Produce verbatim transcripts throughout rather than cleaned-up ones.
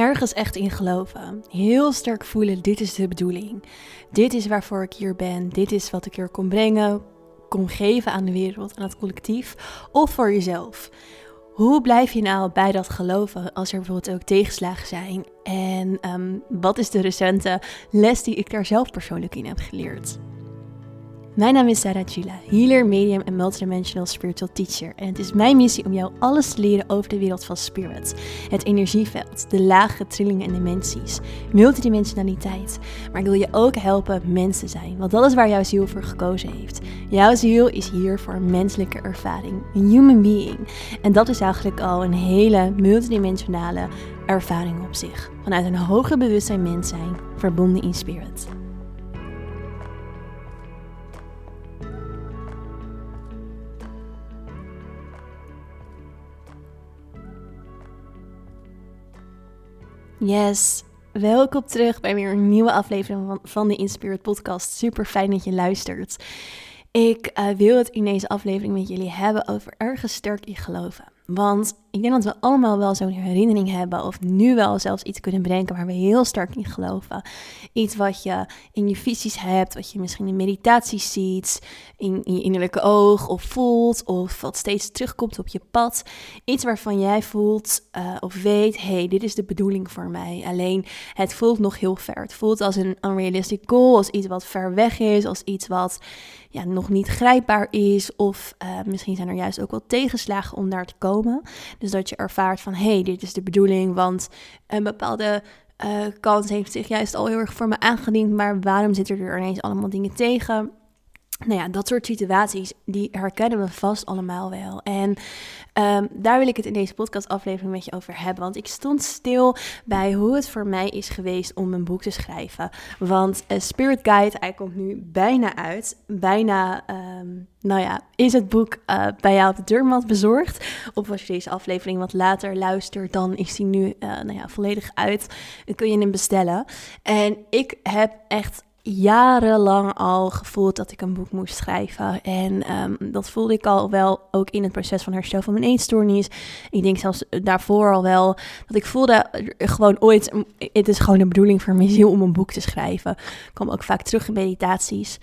ergens echt in geloven. Heel sterk voelen, dit is de bedoeling. Dit is waarvoor ik hier ben. Dit is wat ik hier kom brengen, kom geven aan de wereld, aan het collectief of voor jezelf. Hoe blijf je nou bij dat geloven als er bijvoorbeeld ook tegenslagen zijn? En um, wat is de recente les die ik daar zelf persoonlijk in heb geleerd? Mijn naam is Sarah Gila, healer, medium en multidimensional spiritual teacher. En het is mijn missie om jou alles te leren over de wereld van spirit. Het energieveld, de lage trillingen en dimensies, multidimensionaliteit. Maar ik wil je ook helpen mens te zijn, want dat is waar jouw ziel voor gekozen heeft. Jouw ziel is hier voor een menselijke ervaring, een human being. En dat is eigenlijk al een hele multidimensionale ervaring op zich. Vanuit een hoger bewustzijn mens zijn, verbonden in spirit. Yes, welkom terug bij weer een nieuwe aflevering van, van de Inspirit podcast. Super fijn dat je luistert. Ik uh, wil het in deze aflevering met jullie hebben over ergens sterk in geloven. Want ik denk dat we allemaal wel zo'n herinnering hebben of nu wel zelfs iets kunnen bedenken waar we heel sterk in geloven. Iets wat je in je visies hebt, wat je misschien in meditaties ziet, in, in je innerlijke oog of voelt of wat steeds terugkomt op je pad. Iets waarvan jij voelt uh, of weet, hey, dit is de bedoeling voor mij. Alleen het voelt nog heel ver. Het voelt als een unrealistic goal, als iets wat ver weg is, als iets wat ja, nog niet grijpbaar is. Of uh, misschien zijn er juist ook wel tegenslagen om daar te komen. Dus dat je ervaart van, hé, hey, dit is de bedoeling, want een bepaalde uh, kans heeft zich juist al heel erg voor me aangediend, maar waarom zitten er ineens allemaal dingen tegen? Nou ja, dat soort situaties, die herkennen we vast allemaal wel. En um, daar wil ik het in deze podcastaflevering met je over hebben. Want ik stond stil bij hoe het voor mij is geweest om een boek te schrijven. Want uh, Spirit Guide, hij komt nu bijna uit. Bijna, um, nou ja, is het boek uh, bij jou op de deurmat bezorgd? Of als je deze aflevering wat later luistert, dan is hij nu uh, nou ja, volledig uit. Dan kun je hem bestellen. En ik heb echt jarenlang al gevoeld dat ik een boek moest schrijven. En um, dat voelde ik al wel ook in het proces van herstel van mijn eetstoornis. Ik denk zelfs daarvoor al wel dat ik voelde gewoon ooit, het is gewoon de bedoeling voor mijn ziel om een boek te schrijven. Ik kwam ook vaak terug in meditaties.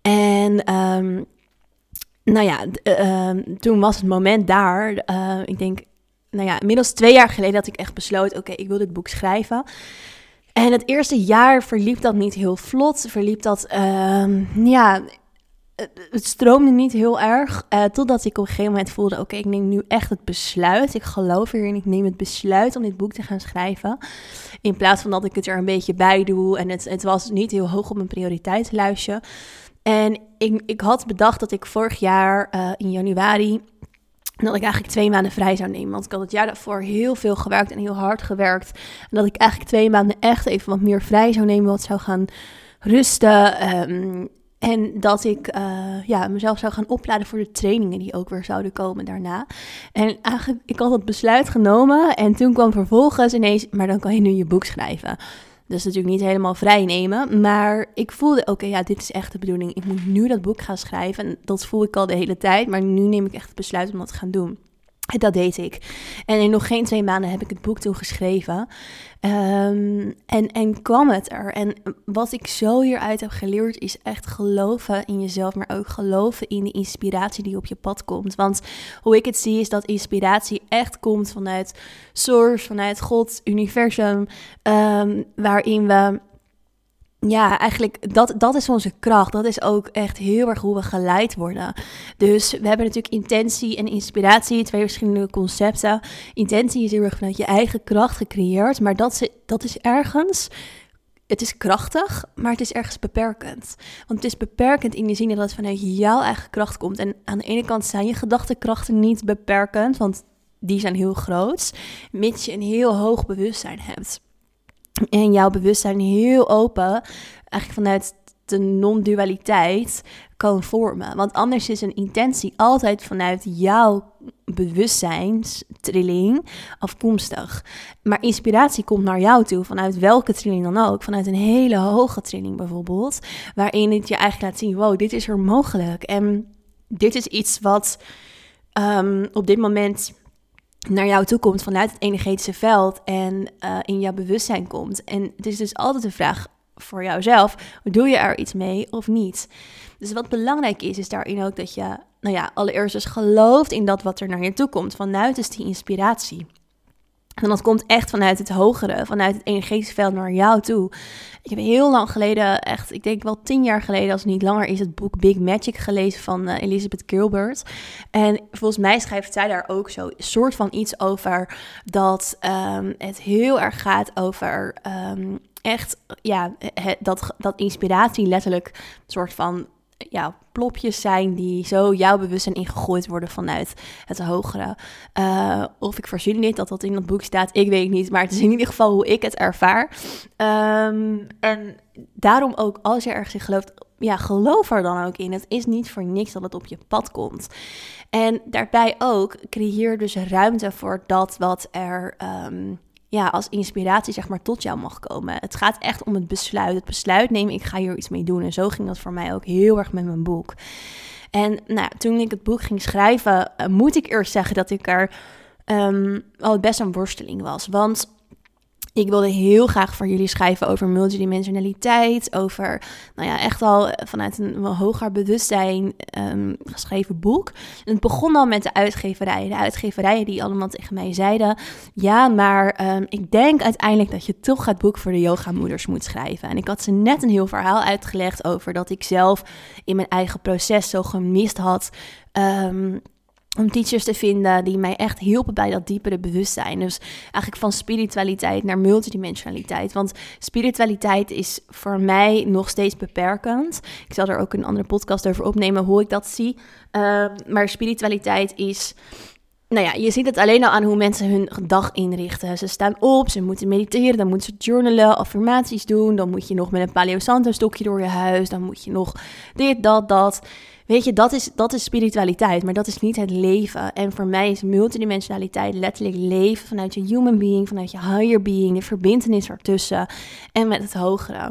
En um, nou ja, uh, toen was het moment daar. Uh, ik denk, nou ja, inmiddels twee jaar geleden dat ik echt besloot, oké, okay, ik wil dit boek schrijven. En het eerste jaar verliep dat niet heel vlot, verliep dat, uh, ja, het stroomde niet heel erg, uh, totdat ik op een gegeven moment voelde, oké, okay, ik neem nu echt het besluit, ik geloof hierin, ik neem het besluit om dit boek te gaan schrijven, in plaats van dat ik het er een beetje bij doe en het, het was niet heel hoog op mijn prioriteitslijstje. En ik, ik had bedacht dat ik vorig jaar uh, in januari, dat ik eigenlijk twee maanden vrij zou nemen. Want ik had het jaar daarvoor heel veel gewerkt en heel hard gewerkt. En dat ik eigenlijk twee maanden echt even wat meer vrij zou nemen. Wat zou gaan rusten. Um, en dat ik uh, ja, mezelf zou gaan opladen voor de trainingen die ook weer zouden komen daarna. En eigenlijk, ik had dat besluit genomen. En toen kwam vervolgens ineens, maar dan kan je nu je boek schrijven. Dus natuurlijk niet helemaal vrij nemen. Maar ik voelde, oké, okay, ja, dit is echt de bedoeling. Ik moet nu dat boek gaan schrijven. En dat voel ik al de hele tijd. Maar nu neem ik echt het besluit om dat te gaan doen. En dat deed ik. En in nog geen twee maanden heb ik het boek toen geschreven. Um, en, en kwam het er. En wat ik zo hieruit heb geleerd is echt geloven in jezelf. Maar ook geloven in de inspiratie die op je pad komt. Want hoe ik het zie is dat inspiratie echt komt vanuit Source, vanuit God, universum. Um, waarin we... Ja, eigenlijk, dat, dat is onze kracht. Dat is ook echt heel erg hoe we geleid worden. Dus we hebben natuurlijk intentie en inspiratie, twee verschillende concepten. Intentie is heel erg vanuit je eigen kracht gecreëerd, maar dat, dat is ergens, het is krachtig, maar het is ergens beperkend. Want het is beperkend in de zin dat het vanuit jouw eigen kracht komt. En aan de ene kant zijn je gedachtenkrachten niet beperkend, want die zijn heel groot, mits je een heel hoog bewustzijn hebt. En jouw bewustzijn heel open, eigenlijk vanuit de non-dualiteit, kan vormen. Want anders is een intentie altijd vanuit jouw bewustzijnstrilling afkomstig. Maar inspiratie komt naar jou toe, vanuit welke trilling dan ook. Vanuit een hele hoge trilling bijvoorbeeld, waarin het je eigenlijk laat zien, wow, dit is er mogelijk. En dit is iets wat um, op dit moment naar jou toe komt vanuit het energetische veld en uh, in jouw bewustzijn komt. En het is dus altijd de vraag voor jouzelf, doe je er iets mee of niet? Dus wat belangrijk is, is daarin ook dat je, nou ja, allereerst dus gelooft in dat wat er naar je toe komt, vanuit dus die inspiratie. En dat komt echt vanuit het hogere, vanuit het energetische veld naar jou toe. Ik heb heel lang geleden, echt, ik denk wel tien jaar geleden, als het niet langer is, het boek Big Magic gelezen van uh, Elizabeth Gilbert. En volgens mij schrijft zij daar ook zo een soort van iets over dat um, het heel erg gaat over um, echt, ja, het, dat, dat inspiratie letterlijk een soort van, ja, plopjes zijn die zo jouw bewustzijn ingegooid worden vanuit het hogere. Uh, of ik verzin dit, dat dat in dat boek staat, ik weet niet, maar het is in ieder geval hoe ik het ervaar. Um, en daarom ook, als je ergens in gelooft, ja, geloof er dan ook in. Het is niet voor niks dat het op je pad komt. En daarbij ook, creëer dus ruimte voor dat wat er Um, ja, als inspiratie zeg maar tot jou mag komen. Het gaat echt om het besluit. Het besluit nemen, ik ga hier iets mee doen. En zo ging dat voor mij ook heel erg met mijn boek. En nou, toen ik het boek ging schrijven, uh, moet ik eerst zeggen dat ik er um, al best een worsteling was. Want ik wilde heel graag voor jullie schrijven over multidimensionaliteit, over, nou ja, echt al vanuit een hoger bewustzijn um, geschreven boek. En het begon al met de uitgeverijen. De uitgeverijen die allemaal tegen mij zeiden, ja, maar um, ik denk uiteindelijk dat je toch het boek voor de yogamoeders moet schrijven. En ik had ze net een heel verhaal uitgelegd over dat ik zelf in mijn eigen proces zo gemist had Um, om teachers te vinden die mij echt hielpen bij dat diepere bewustzijn. Dus eigenlijk van spiritualiteit naar multidimensionaliteit. Want spiritualiteit is voor mij nog steeds beperkend. Ik zal er ook een andere podcast over opnemen hoe ik dat zie. Uh, maar spiritualiteit is, nou ja, je ziet het alleen al aan hoe mensen hun dag inrichten. Ze staan op, ze moeten mediteren, dan moeten ze journalen, affirmaties doen. Dan moet je nog met een Palo Santo stokje door je huis. Dan moet je nog dit, dat, dat. Weet je, dat is, dat is spiritualiteit, maar dat is niet het leven. En voor mij is multidimensionaliteit letterlijk leven vanuit je human being, vanuit je higher being, de verbintenis ertussen en met het hogere.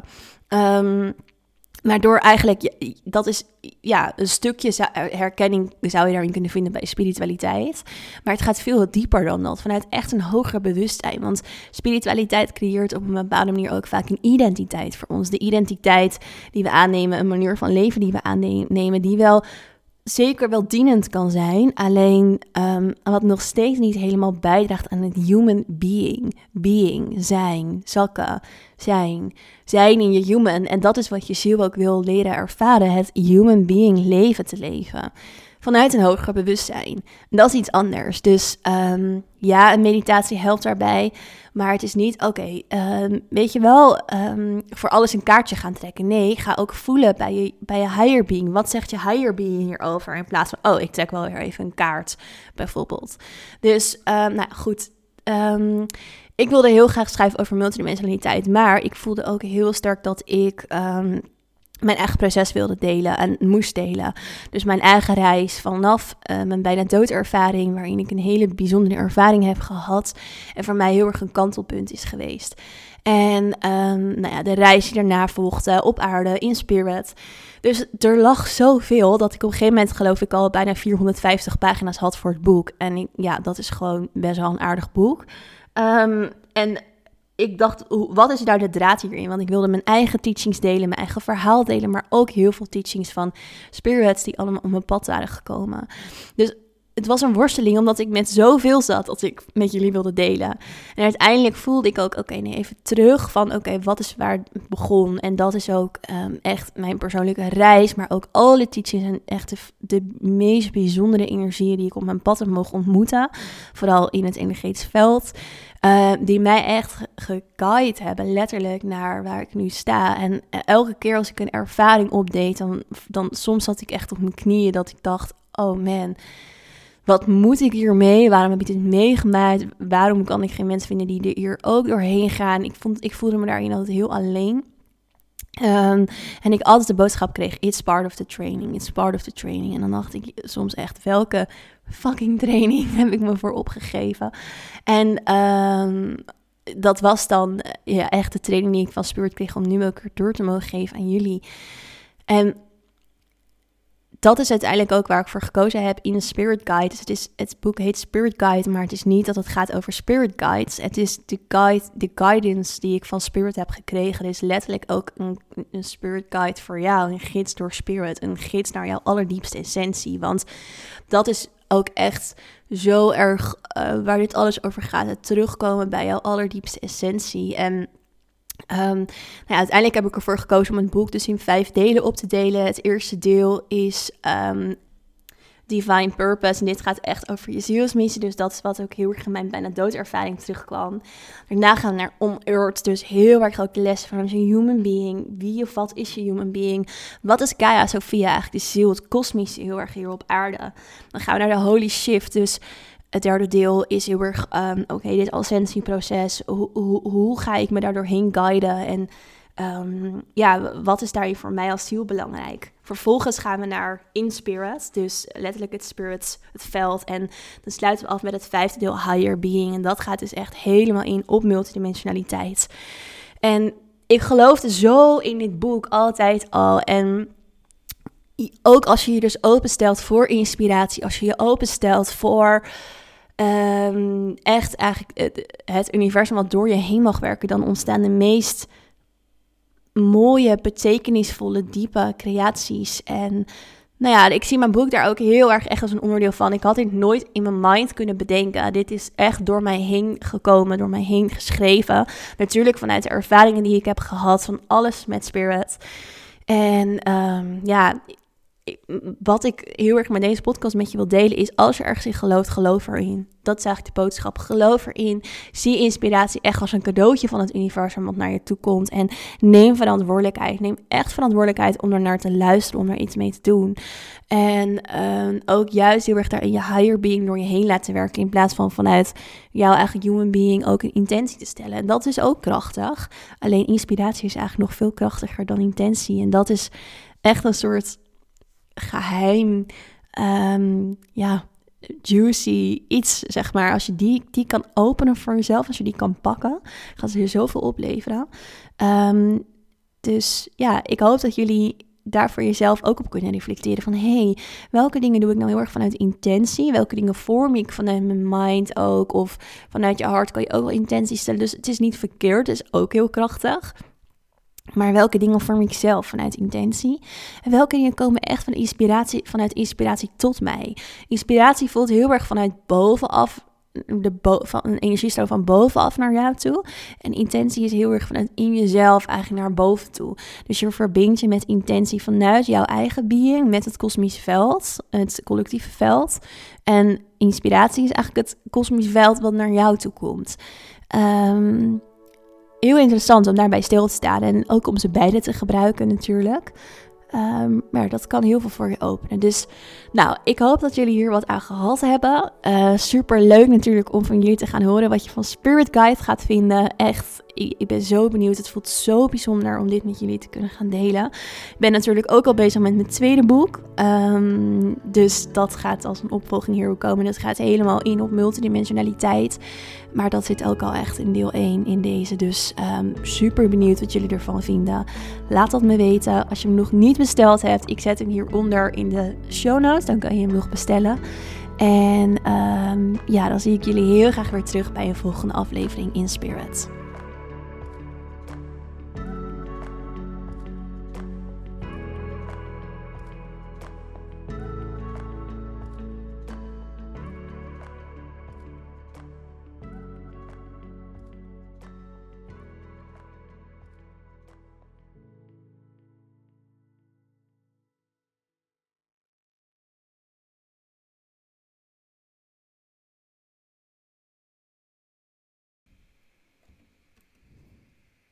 Um, maar door eigenlijk, dat is ja, een stukje herkenning zou je daarin kunnen vinden bij spiritualiteit. Maar het gaat veel dieper dan dat, vanuit echt een hoger bewustzijn. Want spiritualiteit creëert op een bepaalde manier ook vaak een identiteit voor ons. De identiteit die we aannemen, een manier van leven die we aannemen, die wel zeker wel dienend kan zijn, alleen um, wat nog steeds niet helemaal bijdraagt aan het human being. Being, zijn, zakken, zijn. Zijn in je human. En dat is wat je ziel ook wil leren ervaren. Het human being leven te leven. Vanuit een hoger bewustzijn. En dat is iets anders. Dus um, ja, een meditatie helpt daarbij. Maar het is niet, oké, okay, um, weet je wel, um, voor alles een kaartje gaan trekken. Nee, ga ook voelen bij je, bij je higher being. Wat zegt je higher being hierover? In plaats van, oh, ik trek wel weer even een kaart, bijvoorbeeld. Dus, um, nou goed, um, ik wilde heel graag schrijven over multidimensionaliteit. Maar ik voelde ook heel sterk dat ik Um, mijn eigen proces wilde delen en moest delen. Dus mijn eigen reis vanaf uh, mijn bijna doodervaring, waarin ik een hele bijzondere ervaring heb gehad en voor mij heel erg een kantelpunt is geweest. En um, nou ja, de reis die daarna volgde op aarde, in spirit. Dus er lag zoveel dat ik op een gegeven moment, geloof ik, al bijna vierhonderdvijftig pagina's had voor het boek. En ik, ja, dat is gewoon best wel een aardig boek. Um, en ik dacht, wat is nou de draad hierin? Want ik wilde mijn eigen teachings delen, mijn eigen verhaal delen, maar ook heel veel teachings van spirits die allemaal op mijn pad waren gekomen. Dus het was een worsteling, omdat ik met zoveel zat dat ik met jullie wilde delen. En uiteindelijk voelde ik ook, oké, okay, nee, even terug van, oké, okay, wat is waar het begon? En dat is ook um, echt mijn persoonlijke reis, maar ook alle teachings en echt de, de meest bijzondere energieën die ik op mijn pad heb mogen ontmoeten. Vooral in het energetisch veld. Uh, die mij echt geguide hebben, letterlijk naar waar ik nu sta. En uh, elke keer als ik een ervaring opdeed, dan, dan soms zat ik echt op mijn knieën dat ik dacht, oh man, wat moet ik hiermee? Waarom heb ik dit meegemaakt? Waarom kan ik geen mensen vinden die er hier ook doorheen gaan? Ik, vond, ik voelde me daarin altijd heel alleen. Um, en ik altijd de boodschap kreeg, it's part of the training, it's part of the training. En dan dacht ik soms echt, welke fucking training heb ik me voor opgegeven? En um, dat was dan ja, echt de training die ik van Spirit kreeg om nu ook door te mogen geven aan jullie. En dat is uiteindelijk ook waar ik voor gekozen heb in een Spirit Guide. Dus het, is, het boek heet Spirit Guide, maar het is niet dat het gaat over Spirit Guides. Het is de, guide, de guidance die ik van Spirit heb gekregen. Het is letterlijk ook een, een Spirit Guide voor jou, een gids door Spirit, een gids naar jouw allerdiepste essentie. Want dat is ook echt zo erg uh, waar dit alles over gaat. Het terugkomen bij jouw allerdiepste essentie. En um, nou ja, uiteindelijk heb ik ervoor gekozen om het boek dus in vijf delen op te delen. Het eerste deel is um, Divine Purpose. En dit gaat echt over je zielsmissie. Dus dat is wat ook heel erg in mijn bijna doodervaring terugkwam. Daarna gaan we naar On-Earth. Dus heel erg ook de les van een human being. Wie of wat is je human being? Wat is Gaia Sophia eigenlijk? De ziel, het kosmische heel erg hier op aarde. Dan gaan we naar de Holy Shift. Dus het derde deel is heel erg, um, oké, okay, dit ascensieproces. Hoe, hoe, hoe ga ik me daar doorheen guiden? En um, ja, wat is daarin voor mij als ziel belangrijk? Vervolgens gaan we naar In Spirit, dus letterlijk het spirit, het veld. En dan sluiten we af met het vijfde deel Higher Being. En dat gaat dus echt helemaal in op multidimensionaliteit. En ik geloofde zo in dit boek altijd al. En ook als je je dus openstelt voor inspiratie, als je je openstelt voor um, echt eigenlijk het, het universum wat door je heen mag werken, dan ontstaan de meest mooie, betekenisvolle, diepe creaties. En nou ja, ik zie mijn boek daar ook heel erg echt als een onderdeel van. Ik had dit nooit in mijn mind kunnen bedenken. Dit is echt door mij heen gekomen, door mij heen geschreven. Natuurlijk vanuit de ervaringen die ik heb gehad, van alles met Spirit. En um, ja, wat ik heel erg met deze podcast met je wil delen is, als je ergens in gelooft, geloof erin. Dat is eigenlijk de boodschap. Geloof erin. Zie inspiratie echt als een cadeautje van het universum wat naar je toe komt. En neem verantwoordelijkheid. Neem echt verantwoordelijkheid om er naar te luisteren, om er iets mee te doen. En um, ook juist heel erg daar in je higher being door je heen laten werken, in plaats van vanuit jouw eigen human being ook een intentie te stellen. En dat is ook krachtig. Alleen inspiratie is eigenlijk nog veel krachtiger dan intentie. En dat is echt een soort geheim, um, ja, juicy iets, zeg maar. Als je die, die kan openen voor jezelf, als je die kan pakken, gaat ze je zoveel opleveren. Um, dus ja, ik hoop dat jullie daar voor jezelf ook op kunnen reflecteren van, hey, welke dingen doe ik nou heel erg vanuit intentie? Welke dingen vorm ik vanuit mijn mind ook? Of vanuit je hart kan je ook wel intenties stellen. Dus het is niet verkeerd, het is ook heel krachtig. Maar welke dingen vorm ik zelf vanuit intentie? En welke dingen komen echt van inspiratie, vanuit inspiratie tot mij? Inspiratie voelt heel erg vanuit bovenaf, de bo- van een energiestroom van bovenaf naar jou toe. En intentie is heel erg vanuit in jezelf eigenlijk naar boven toe. Dus je verbindt je met intentie vanuit jouw eigen being, met het kosmische veld, het collectieve veld. En inspiratie is eigenlijk het kosmische veld wat naar jou toe komt. Um, Heel interessant om daarbij stil te staan en ook om ze beide te gebruiken natuurlijk. Um, maar dat kan heel veel voor je openen. Dus nou, ik hoop dat jullie hier wat aan gehad hebben. Uh, super leuk natuurlijk om van jullie te gaan horen wat je van Spirit Guide gaat vinden. Echt, ik, ik ben zo benieuwd. Het voelt zo bijzonder om dit met jullie te kunnen gaan delen. Ik ben natuurlijk ook al bezig met mijn tweede boek. Um, dus dat gaat als een opvolging hierop komen. Dat gaat helemaal in op multidimensionaliteit. Maar dat zit ook al echt in deel één in deze. Dus um, super benieuwd wat jullie ervan vinden. Laat dat me weten. Als je hem nog niet besteld hebt, ik zet hem hieronder in de show notes. Dan kan je hem nog bestellen. En um, ja, dan zie ik jullie heel graag weer terug bij een volgende aflevering in Spirit.